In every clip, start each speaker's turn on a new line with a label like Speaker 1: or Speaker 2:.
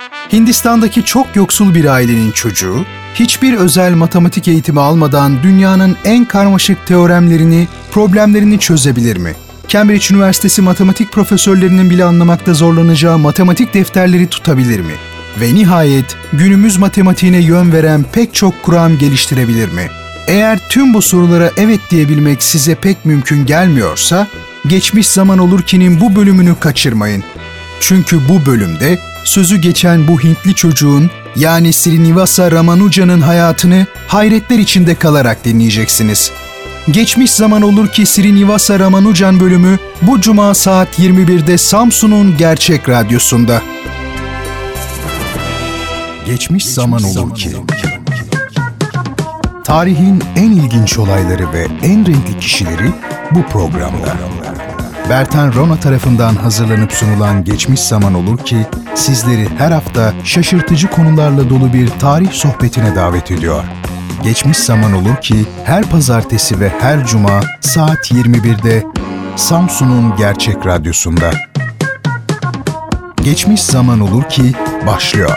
Speaker 1: Hindistan'daki çok yoksul bir ailenin çocuğu, hiçbir özel matematik eğitimi almadan dünyanın en karmaşık teoremlerini, problemlerini çözebilir mi? Cambridge Üniversitesi matematik profesörlerinin bile anlamakta zorlanacağı matematik defterleri tutabilir mi? Ve nihayet günümüz matematiğine yön veren pek çok kuram geliştirebilir mi? Eğer tüm bu sorulara evet diyebilmek size pek mümkün gelmiyorsa, Geçmiş Zaman Olur Ki'nin bu bölümünü kaçırmayın. Çünkü bu bölümde sözü geçen bu Hintli çocuğun, yani Srinivasa Ramanujan'ın hayatını hayretler içinde kalarak dinleyeceksiniz. Geçmiş Zaman Olur Ki Srinivasa Ramanujan bölümü bu cuma saat 21'de Samsun'un Gerçek Radyosu'nda. Geçmiş Zaman Olur Ki. Tarihin en ilginç olayları ve en renkli kişileri bu programda. Bertan Rona tarafından hazırlanıp sunulan Geçmiş Zaman Olur Ki, sizleri her hafta şaşırtıcı konularla dolu bir tarih sohbetine davet ediyor. Geçmiş Zaman Olur Ki, her pazartesi ve her cuma saat 21'de Samsun'un Gerçek Radyosu'nda. Geçmiş Zaman Olur Ki başlıyor.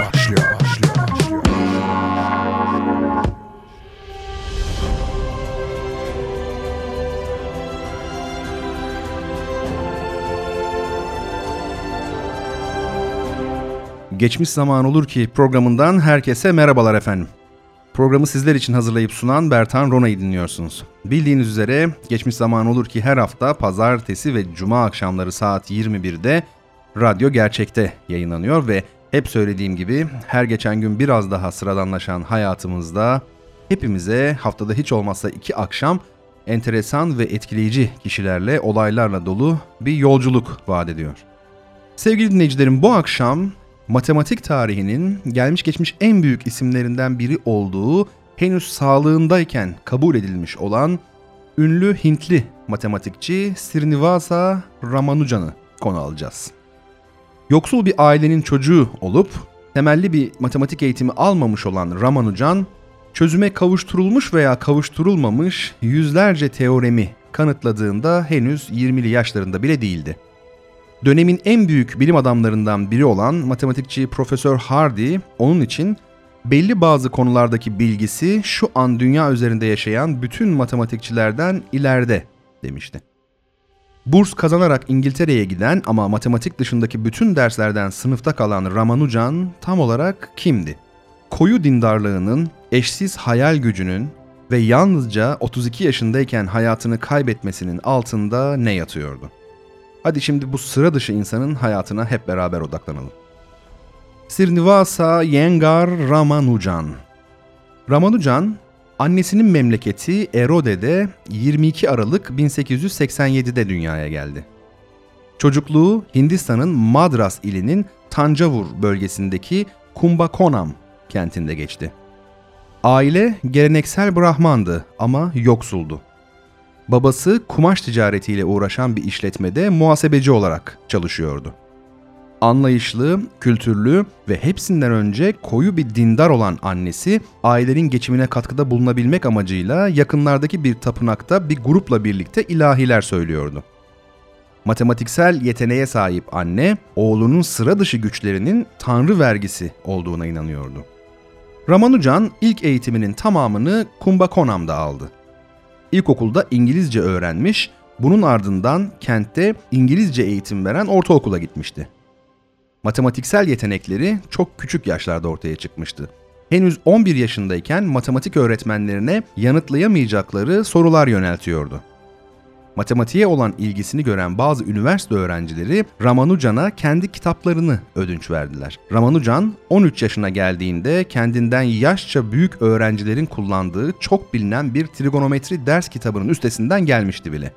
Speaker 2: Geçmiş Zaman Olur Ki programından herkese merhabalar efendim. Programı sizler için hazırlayıp sunan Bertan Rona'yı dinliyorsunuz. Bildiğiniz üzere Geçmiş Zaman Olur Ki her hafta pazartesi ve cuma akşamları saat 21'de Radyo Gerçek'te yayınlanıyor ve hep söylediğim gibi her geçen gün biraz daha sıradanlaşan hayatımızda hepimize haftada hiç olmazsa 2 akşam enteresan ve etkileyici kişilerle, olaylarla dolu bir yolculuk vaat ediyor. Sevgili dinleyicilerim, bu akşam matematik tarihinin gelmiş geçmiş en büyük isimlerinden biri olduğu, henüz sağlığındayken kabul edilmiş olan ünlü Hintli matematikçi Srinivasa Ramanujan'ı konu alacağız. Yoksul bir ailenin çocuğu olup temelli bir matematik eğitimi almamış olan Ramanujan, çözüme kavuşturulmuş veya kavuşturulmamış yüzlerce teoremi kanıtladığında henüz 20'li yaşlarında bile değildi. Dönemin en büyük bilim adamlarından biri olan matematikçi Profesör Hardy, onun için belli bazı konulardaki bilgisi şu an dünya üzerinde yaşayan bütün matematikçilerden ileride demişti. Burs kazanarak İngiltere'ye giden ama matematik dışındaki bütün derslerden sınıfta kalan Ramanujan tam olarak kimdi? Koyu dindarlığının, eşsiz hayal gücünün ve yalnızca 32 yaşındayken hayatını kaybetmesinin altında ne yatıyordu? Hadi şimdi bu sıra dışı insanın hayatına hep beraber odaklanalım. Srinivasa Iyengar Ramanujan. Ramanujan, annesinin memleketi Erode'de 22 Aralık 1887'de dünyaya geldi. Çocukluğu Hindistan'ın Madras ilinin Tanjavur bölgesindeki Kumbakonam kentinde geçti. Aile geleneksel Brahmandı ama yoksuldu. Babası kumaş ticaretiyle uğraşan bir işletmede muhasebeci olarak çalışıyordu. Anlayışlı, kültürlü ve hepsinden önce koyu bir dindar olan annesi, ailenin geçimine katkıda bulunabilmek amacıyla yakınlardaki bir tapınakta bir grupla birlikte ilahiler söylüyordu. Matematiksel yeteneğe sahip anne, oğlunun sıra dışı güçlerinin tanrı vergisi olduğuna inanıyordu. Ramanujan ilk eğitiminin tamamını Kumbakonam'da aldı. İlkokulda İngilizce öğrenmiş, bunun ardından kentte İngilizce eğitim veren ortaokula gitmişti. Matematiksel yetenekleri çok küçük yaşlarda ortaya çıkmıştı. Henüz 11 yaşındayken matematik öğretmenlerine yanıtlayamayacakları sorular yöneltiyordu. Matematiğe olan ilgisini gören bazı üniversite öğrencileri Ramanujan'a kendi kitaplarını ödünç verdiler. Ramanujan 13 yaşına geldiğinde kendinden yaşça büyük öğrencilerin kullandığı çok bilinen bir trigonometri ders kitabının üstesinden gelmişti bile.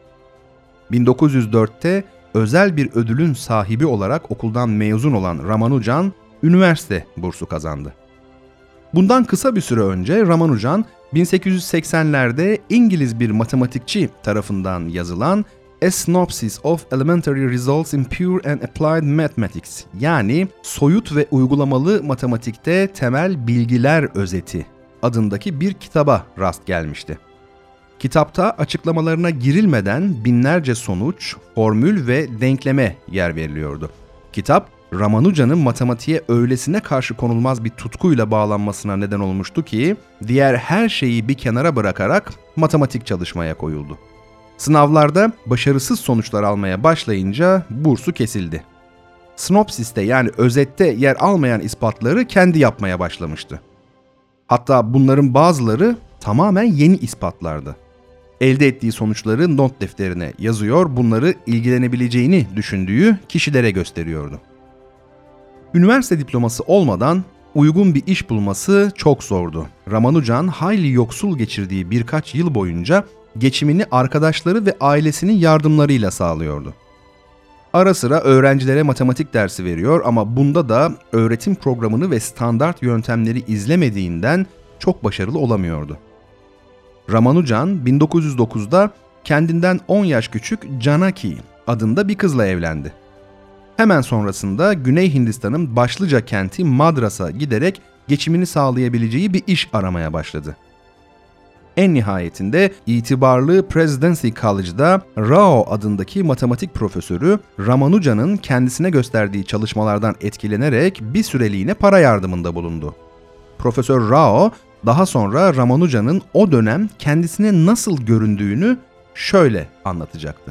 Speaker 2: 1904'te özel bir ödülün sahibi olarak okuldan mezun olan Ramanujan, üniversite bursu kazandı. Bundan kısa bir süre önce Ramanujan, 1880'lerde İngiliz bir matematikçi tarafından yazılan A Synopsis of Elementary Results in Pure and Applied Mathematics, yani Soyut ve Uygulamalı Matematikte Temel Bilgiler Özeti adındaki bir kitaba rast gelmişti. Kitapta açıklamalarına girilmeden binlerce sonuç, formül ve denkleme yer veriliyordu. Kitap, Ramanuja'nın matematiğe öylesine karşı konulmaz bir tutkuyla bağlanmasına neden olmuştu ki diğer her şeyi bir kenara bırakarak matematik çalışmaya koyuldu. Sınavlarda başarısız sonuçlar almaya başlayınca bursu kesildi. Synopsis'te yani özette yer almayan ispatları kendi yapmaya başlamıştı. Hatta bunların bazıları tamamen yeni ispatlardı. Elde ettiği sonuçları not defterine yazıyor, bunları ilgilenebileceğini düşündüğü kişilere gösteriyordu. Üniversite diploması olmadan uygun bir iş bulması çok zordu. Ramanujan hayli yoksul geçirdiği birkaç yıl boyunca geçimini arkadaşları ve ailesinin yardımlarıyla sağlıyordu. Ara sıra öğrencilere matematik dersi veriyor ama bunda da öğretim programını ve standart yöntemleri izlemediğinden çok başarılı olamıyordu. Ramanujan 1909'da kendinden 10 yaş küçük Janaki adında bir kızla evlendi. Hemen sonrasında Güney Hindistan'ın başlıca kenti Madras'a giderek geçimini sağlayabileceği bir iş aramaya başladı. En nihayetinde itibarlı Presidency College'da Rao adındaki matematik profesörü Ramanuja'nın kendisine gösterdiği çalışmalardan etkilenerek bir süreliğine para yardımında bulundu. Profesör Rao daha sonra Ramanuja'nın o dönem kendisine nasıl göründüğünü şöyle anlatacaktı.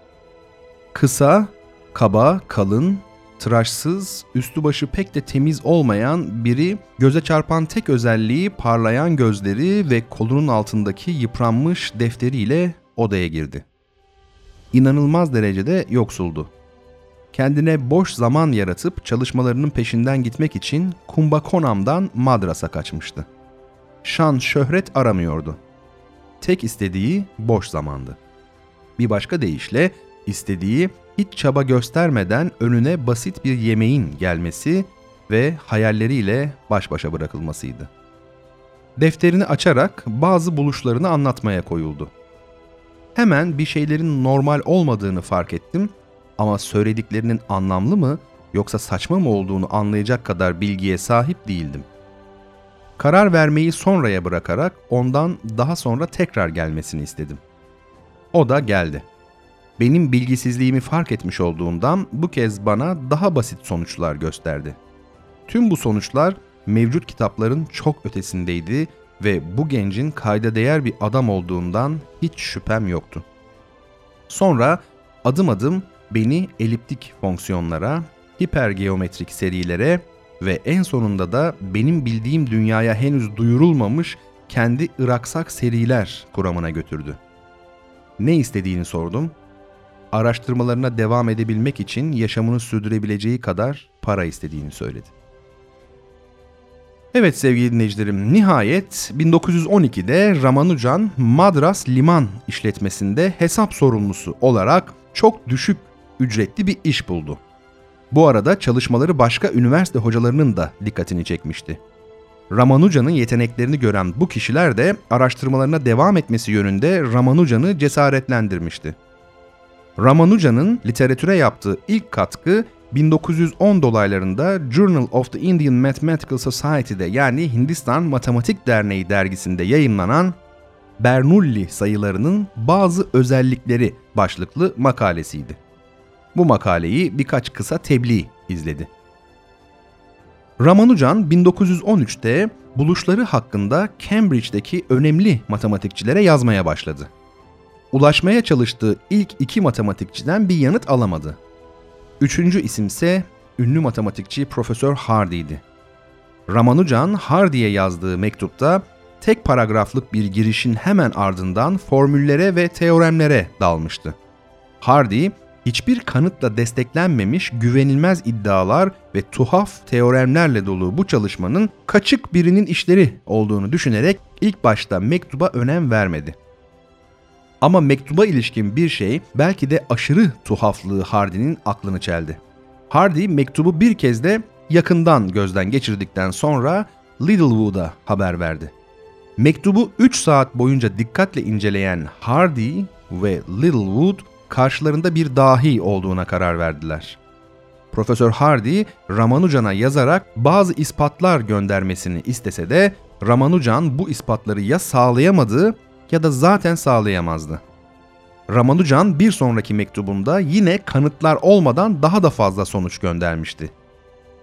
Speaker 2: Kısa, kaba, kalın, tıraşsız, üstü başı pek de temiz olmayan biri, göze çarpan tek özelliği parlayan gözleri ve kolunun altındaki yıpranmış defteriyle odaya girdi. İnanılmaz derecede yoksuldu. Kendine boş zaman yaratıp çalışmalarının peşinden gitmek için Kumbakonam'dan Madras'a kaçmıştı. Şan, şöhret aramıyordu. Tek istediği boş zamandı. Bir başka deyişle istediği hiç çaba göstermeden önüne basit bir yemeğin gelmesi ve hayalleriyle baş başa bırakılmasıydı. Defterini açarak bazı buluşlarını anlatmaya koyuldu. Hemen bir şeylerin normal olmadığını fark ettim ama söylediklerinin anlamlı mı yoksa saçma mı olduğunu anlayacak kadar bilgiye sahip değildim. Karar vermeyi sonraya bırakarak ondan daha sonra tekrar gelmesini istedim. O da geldi. Benim bilgisizliğimi fark etmiş olduğundan bu kez bana daha basit sonuçlar gösterdi. Tüm bu sonuçlar mevcut kitapların çok ötesindeydi ve bu gencin kayda değer bir adam olduğundan hiç şüphem yoktu. Sonra adım adım beni eliptik fonksiyonlara, hipergeometrik serilere ve en sonunda da benim bildiğim dünyaya henüz duyurulmamış kendi ıraksak seriler kuramına götürdü. Ne istediğini sordum. Araştırmalarına devam edebilmek için yaşamını sürdürebileceği kadar para istediğini söyledi. Evet sevgili dinleyicilerim, nihayet 1912'de Ramanujan Madras Liman işletmesinde hesap sorumlusu olarak çok düşük ücretli bir iş buldu. Bu arada çalışmaları başka üniversite hocalarının da dikkatini çekmişti. Ramanuja'nın yeteneklerini gören bu kişiler de araştırmalarına devam etmesi yönünde Ramanuja'nı cesaretlendirmişti. Ramanuja'nın literatüre yaptığı ilk katkı 1910 dolaylarında Journal of the Indian Mathematical Society'de yani Hindistan Matematik Derneği dergisinde yayımlanan Bernoulli sayılarının bazı özellikleri başlıklı makalesiydi. Bu makaleyi birkaç kısa tebliğ izledi. Ramanujan 1913'te buluşları hakkında Cambridge'deki önemli matematikçilere yazmaya başladı. Ulaşmaya çalıştığı ilk iki matematikçiden bir yanıt alamadı. Üçüncü isimse ünlü matematikçi Profesör Hardy'ydi. Ramanujan Hardy'ye yazdığı mektupta tek paragraflık bir girişin hemen ardından formüllere ve teoremlere dalmıştı. Hardy, hiçbir kanıtla desteklenmemiş güvenilmez iddialar ve tuhaf teoremlerle dolu bu çalışmanın kaçık birinin işleri olduğunu düşünerek ilk başta mektuba önem vermedi. Ama mektuba ilişkin bir şey belki de aşırı tuhaflığı Hardy'nin aklını çeldi. Hardy mektubu bir kez de yakından gözden geçirdikten sonra Littlewood'a haber verdi. Mektubu 3 saat boyunca dikkatle inceleyen Hardy ve Littlewood karşılarında bir dahi olduğuna karar verdiler. Profesör Hardy, Ramanujan'a yazarak bazı ispatlar göndermesini istese de Ramanujan bu ispatları ya sağlayamadı ya da zaten sağlayamazdı. Ramanujan bir sonraki mektubunda yine kanıtlar olmadan daha da fazla sonuç göndermişti.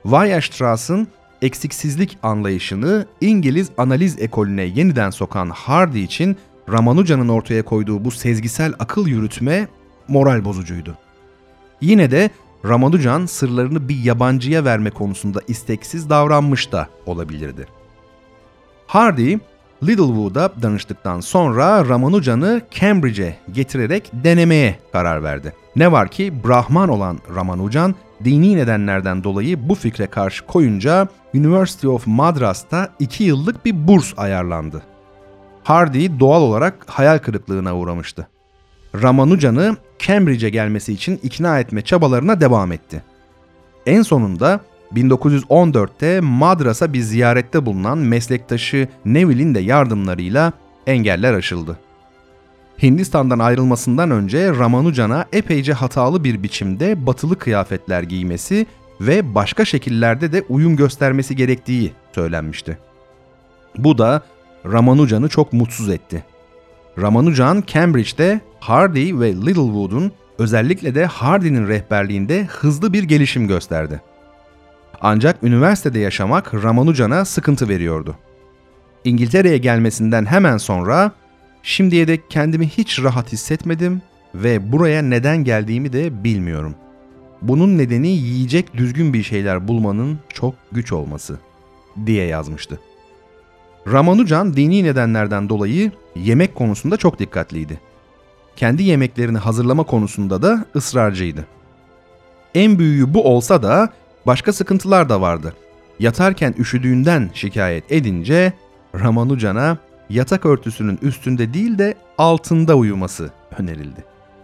Speaker 2: Weierstrass'ın eksiksizlik anlayışını İngiliz analiz ekolüne yeniden sokan Hardy için Ramanujan'ın ortaya koyduğu bu sezgisel akıl yürütme moral bozucuydu. Yine de Ramanujan sırlarını bir yabancıya verme konusunda isteksiz davranmış da olabilirdi. Hardy, Littlewood'a danıştıktan sonra Ramanujan'ı Cambridge'e getirerek denemeye karar verdi. Ne var ki Brahman olan Ramanujan, dini nedenlerden dolayı bu fikre karşı koyunca University of Madras'ta 2 yıllık bir burs ayarlandı. Hardy doğal olarak hayal kırıklığına uğramıştı. Ramanujan'ı Cambridge'e gelmesi için ikna etme çabalarına devam etti. En sonunda 1914'te Madras'a bir ziyarette bulunan meslektaşı Neville'in de yardımlarıyla engeller aşıldı. Hindistan'dan ayrılmasından önce Ramanujan'a epeyce hatalı bir biçimde batılı kıyafetler giymesi ve başka şekillerde de uyum göstermesi gerektiği söylenmişti. Bu da Ramanujan'ı çok mutsuz etti. Ramanujan, Cambridge'de Hardy ve Littlewood'un, özellikle de Hardy'nin rehberliğinde hızlı bir gelişim gösterdi. Ancak üniversitede yaşamak Ramanujan'a sıkıntı veriyordu. İngiltere'ye gelmesinden hemen sonra, "Şimdiye dek kendimi hiç rahat hissetmedim ve buraya neden geldiğimi de bilmiyorum. Bunun nedeni yiyecek düzgün bir şeyler bulmanın çok güç olması," diye yazmıştı. Ramanujan dini nedenlerden dolayı yemek konusunda çok dikkatliydi. Kendi yemeklerini hazırlama konusunda da ısrarcıydı. En büyüğü bu olsa da başka sıkıntılar da vardı. Yatarken üşüdüğünden şikayet edince Ramanujan'a yatak örtüsünün üstünde değil de altında uyuması önerildi.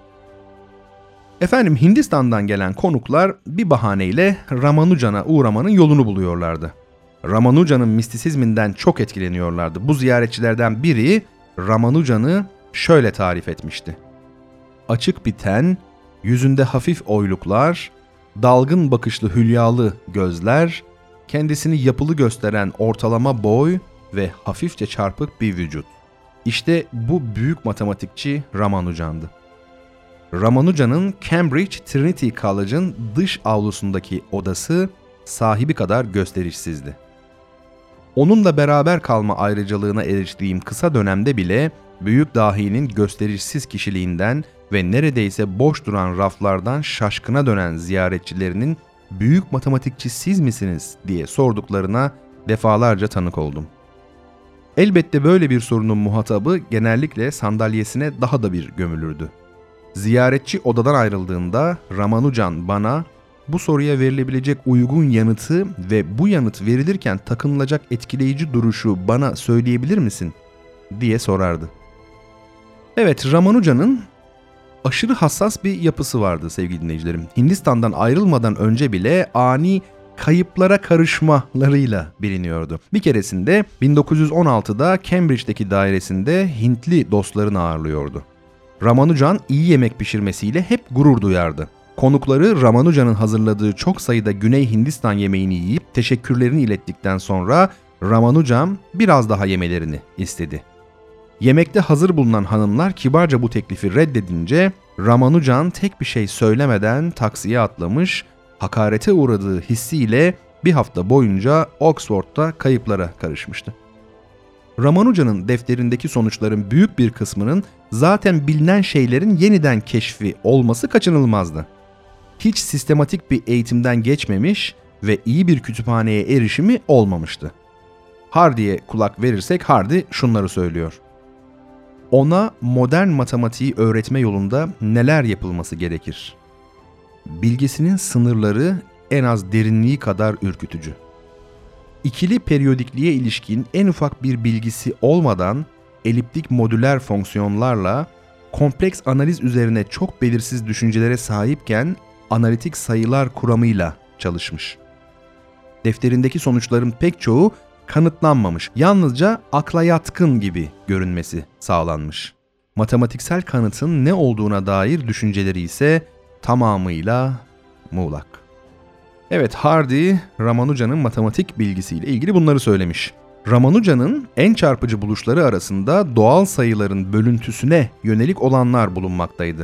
Speaker 2: Efendim, Hindistan'dan gelen konuklar bir bahaneyle Ramanujan'a uğramanın yolunu buluyorlardı. Ramanujan'ın mistisizminden çok etkileniyorlardı. Bu ziyaretçilerden biri Ramanujan'ı şöyle tarif etmişti: "Açık bir ten, yüzünde hafif oyluklar, dalgın bakışlı hülyalı gözler, kendisini yapılı gösteren ortalama boy ve hafifçe çarpık bir vücut. İşte bu büyük matematikçi Ramanujan'dı." Ramanujan'ın Cambridge Trinity College'ın dış avlusundaki odası sahibi kadar gösterişsizdi. Onunla beraber kalma ayrıcalığına eriştiğim kısa dönemde bile büyük dahinin gösterişsiz kişiliğinden ve neredeyse boş duran raflardan şaşkına dönen ziyaretçilerinin "Büyük matematikçi siz misiniz?" diye sorduklarına defalarca tanık oldum. Elbette böyle bir sorunun muhatabı genellikle sandalyesine daha da bir gömülürdü. Ziyaretçi odadan ayrıldığında Ramanujan bana bu soruya verilebilecek uygun yanıtı ve bu yanıt verilirken takınılacak etkileyici duruşu bana söyleyebilir misin diye sorardı. Evet, Ramanujan'ın aşırı hassas bir yapısı vardı sevgili dinleyicilerim. Hindistan'dan ayrılmadan önce bile ani kayıplara karışmalarıyla biliniyordu. Bir keresinde 1916'da Cambridge'deki dairesinde Hintli dostlarını ağırlıyordu. Ramanujan iyi yemek pişirmesiyle hep gurur duyardı. Konukları Ramanujan'ın hazırladığı çok sayıda Güney Hindistan yemeğini yiyip teşekkürlerini ilettikten sonra Ramanujan biraz daha yemelerini istedi. Yemekte hazır bulunan hanımlar kibarca bu teklifi reddedince Ramanujan tek bir şey söylemeden taksiye atlamış, hakarete uğradığı hissiyle bir hafta boyunca Oxford'da kayıplara karışmıştı. Ramanujan'ın defterindeki sonuçların büyük bir kısmının zaten bilinen şeylerin yeniden keşfi olması kaçınılmazdı. Hiç sistematik bir eğitimden geçmemiş ve iyi bir kütüphaneye erişimi olmamıştı. Hardy'ye kulak verirsek Hardy şunları söylüyor: "Ona modern matematiği öğretme yolunda neler yapılması gerekir? Bilgisinin sınırları en az derinliği kadar ürkütücü. İkili periyodikliğe ilişkin en ufak bir bilgisi olmadan eliptik modüler fonksiyonlarla kompleks analiz üzerine çok belirsiz düşüncelere sahipken analitik sayılar kuramıyla çalışmış. Defterindeki sonuçların pek çoğu kanıtlanmamış, yalnızca akla yatkın gibi görünmesi sağlanmış. Matematiksel kanıtın ne olduğuna dair düşünceleri ise tamamıyla muğlak." Evet, Hardy, Ramanujan'ın matematik bilgisiyle ilgili bunları söylemiş. Ramanujan'ın en çarpıcı buluşları arasında doğal sayıların bölüntüsüne yönelik olanlar bulunmaktaydı.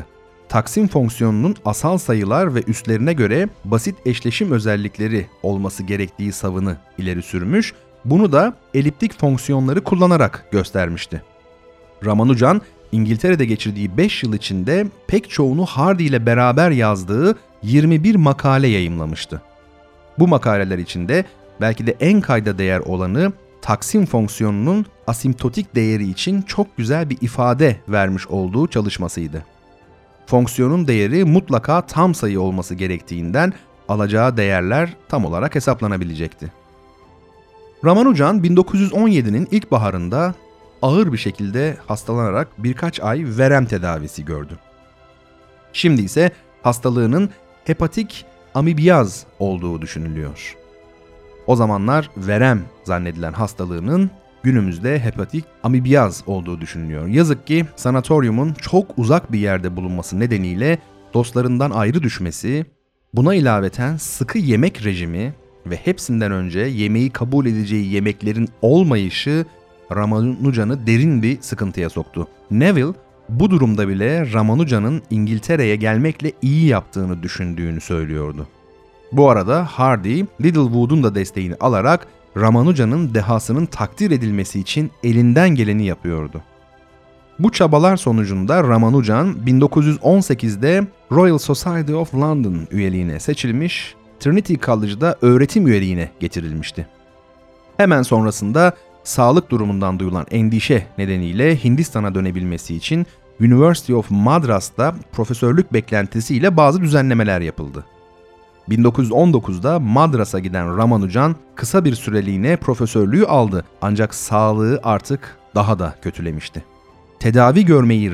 Speaker 2: taksim fonksiyonunun asal sayılar ve üslerine göre basit eşleşim özellikleri olması gerektiği savını ileri sürmüş, bunu da eliptik fonksiyonları kullanarak göstermişti. Ramanujan, İngiltere'de geçirdiği 5 yıl içinde pek çoğunu Hardy ile beraber yazdığı 21 makale yayımlamıştı. Bu makaleler içinde belki de en kayda değer olanı taksim fonksiyonunun asimptotik değeri için çok güzel bir ifade vermiş olduğu çalışmasıydı. Fonksiyonun değeri mutlaka tam sayı olması gerektiğinden alacağı değerler tam olarak hesaplanabilecekti. Ramanujan 1917'nin ilkbaharında ağır bir şekilde hastalanarak birkaç ay verem tedavisi gördü. Şimdi ise hastalığının hepatik amibiyaz olduğu düşünülüyor. O zamanlar verem zannedilen hastalığının günümüzde hepatik amibiyaz olduğu düşünülüyor. Yazık ki sanatoryumun çok uzak bir yerde bulunması nedeniyle dostlarından ayrı düşmesi, buna ilaveten sıkı yemek rejimi ve hepsinden önce yemeği kabul edeceği yemeklerin olmayışı Ramanujan'ı derin bir sıkıntıya soktu. Neville bu durumda bile Ramanujan'ın İngiltere'ye gelmekle iyi yaptığını düşündüğünü söylüyordu. Bu arada Hardy, Littlewood'un da desteğini alarak Ramanujan'ın dehasının takdir edilmesi için elinden geleni yapıyordu. Bu çabalar sonucunda Ramanujan 1918'de Royal Society of London üyeliğine seçilmiş, Trinity College'da öğretim üyeliğine getirilmişti. Hemen sonrasında sağlık durumundan duyulan endişe nedeniyle Hindistan'a dönebilmesi için University of Madras'ta profesörlük beklentisiyle bazı düzenlemeler yapıldı. 1919'da Madras'a giden Ramanujan kısa bir süreliğine profesörlüğü aldı ancak sağlığı artık daha da kötülemişti. Tedavi görmeyi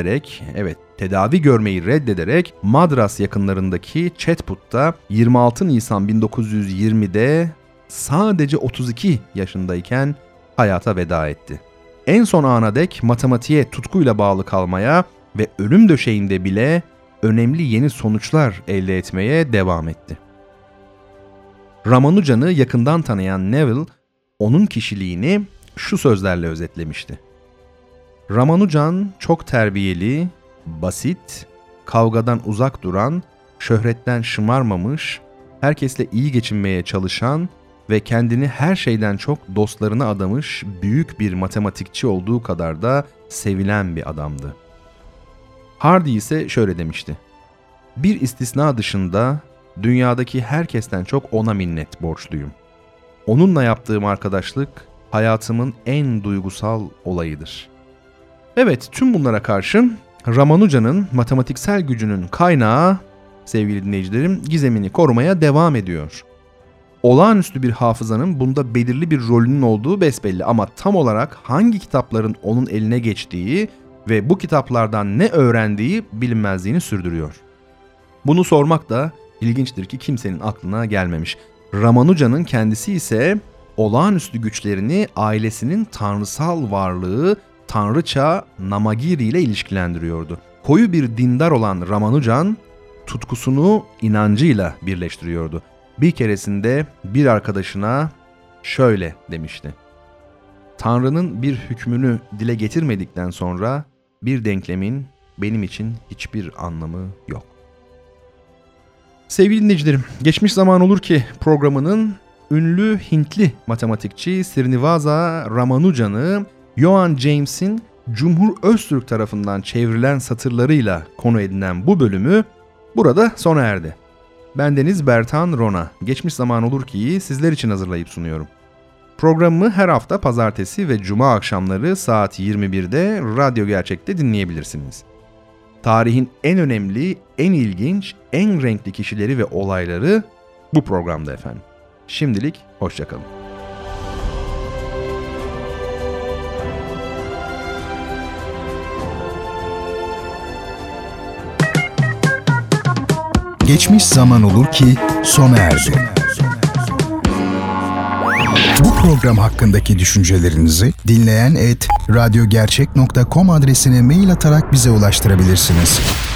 Speaker 2: reddederek Madras yakınlarındaki Chetput'ta 26 Nisan 1920'de sadece 32 yaşındayken hayata veda etti. En son ana dek matematiğe tutkuyla bağlı kalmaya ve ölüm döşeğinde bile önemli yeni sonuçlar elde etmeye devam etti. Ramanujan'ı yakından tanıyan Neville, onun kişiliğini şu sözlerle özetlemişti. Ramanujan çok terbiyeli, basit, kavgadan uzak duran, şöhretten şımarmamış, herkesle iyi geçinmeye çalışan ve kendini her şeyden çok dostlarına adamış büyük bir matematikçi olduğu kadar da sevilen bir adamdı. Hardy ise şöyle demişti. Bir istisna dışında dünyadaki herkesten çok ona minnet borçluyum. Onunla yaptığım arkadaşlık hayatımın en duygusal olayıdır. Evet, tüm bunlara karşın Ramanujan'ın matematiksel gücünün kaynağı, sevgili dinleyicilerim, gizemini korumaya devam ediyor. Olağanüstü bir hafızanın bunda belirli bir rolünün olduğu besbelli ama tam olarak hangi kitapların onun eline geçtiği ve bu kitaplardan ne öğrendiği bilinmezliğini sürdürüyor. Bunu sormak da ilginçtir ki kimsenin aklına gelmemiş. Ramanujan'ın kendisi ise olağanüstü güçlerini ailesinin tanrısal varlığı tanrıça Namagiri ile ilişkilendiriyordu. Koyu bir dindar olan Ramanujan tutkusunu inancıyla birleştiriyordu. Bir keresinde bir arkadaşına şöyle demişti. Tanrı'nın bir hükmünü dile getirmedikten sonra bir denklemin benim için hiçbir anlamı yok. Sevgili dinleyicilerim, geçmiş zaman olur ki programının ünlü Hintli matematikçi Srinivasa Ramanujan'ı Johann James'in Cumhur Öztürk tarafından çevrilen satırlarıyla konu edinen bu bölümü burada sona erdi. Bendeniz Bertan Rona, geçmiş zaman olur ki sizler için hazırlayıp sunuyorum. Programımı her hafta pazartesi ve cuma akşamları saat 21'de Radyo Gerçek'te dinleyebilirsiniz. Tarihin en önemli, en ilginç, en renkli kişileri ve olayları bu programda efendim. Şimdilik hoşça kalın.
Speaker 1: Geçmiş zaman olur ki sona erdi. Bu program hakkındaki düşüncelerinizi dinleyen@radyogercek.com adresine mail atarak bize ulaştırabilirsiniz.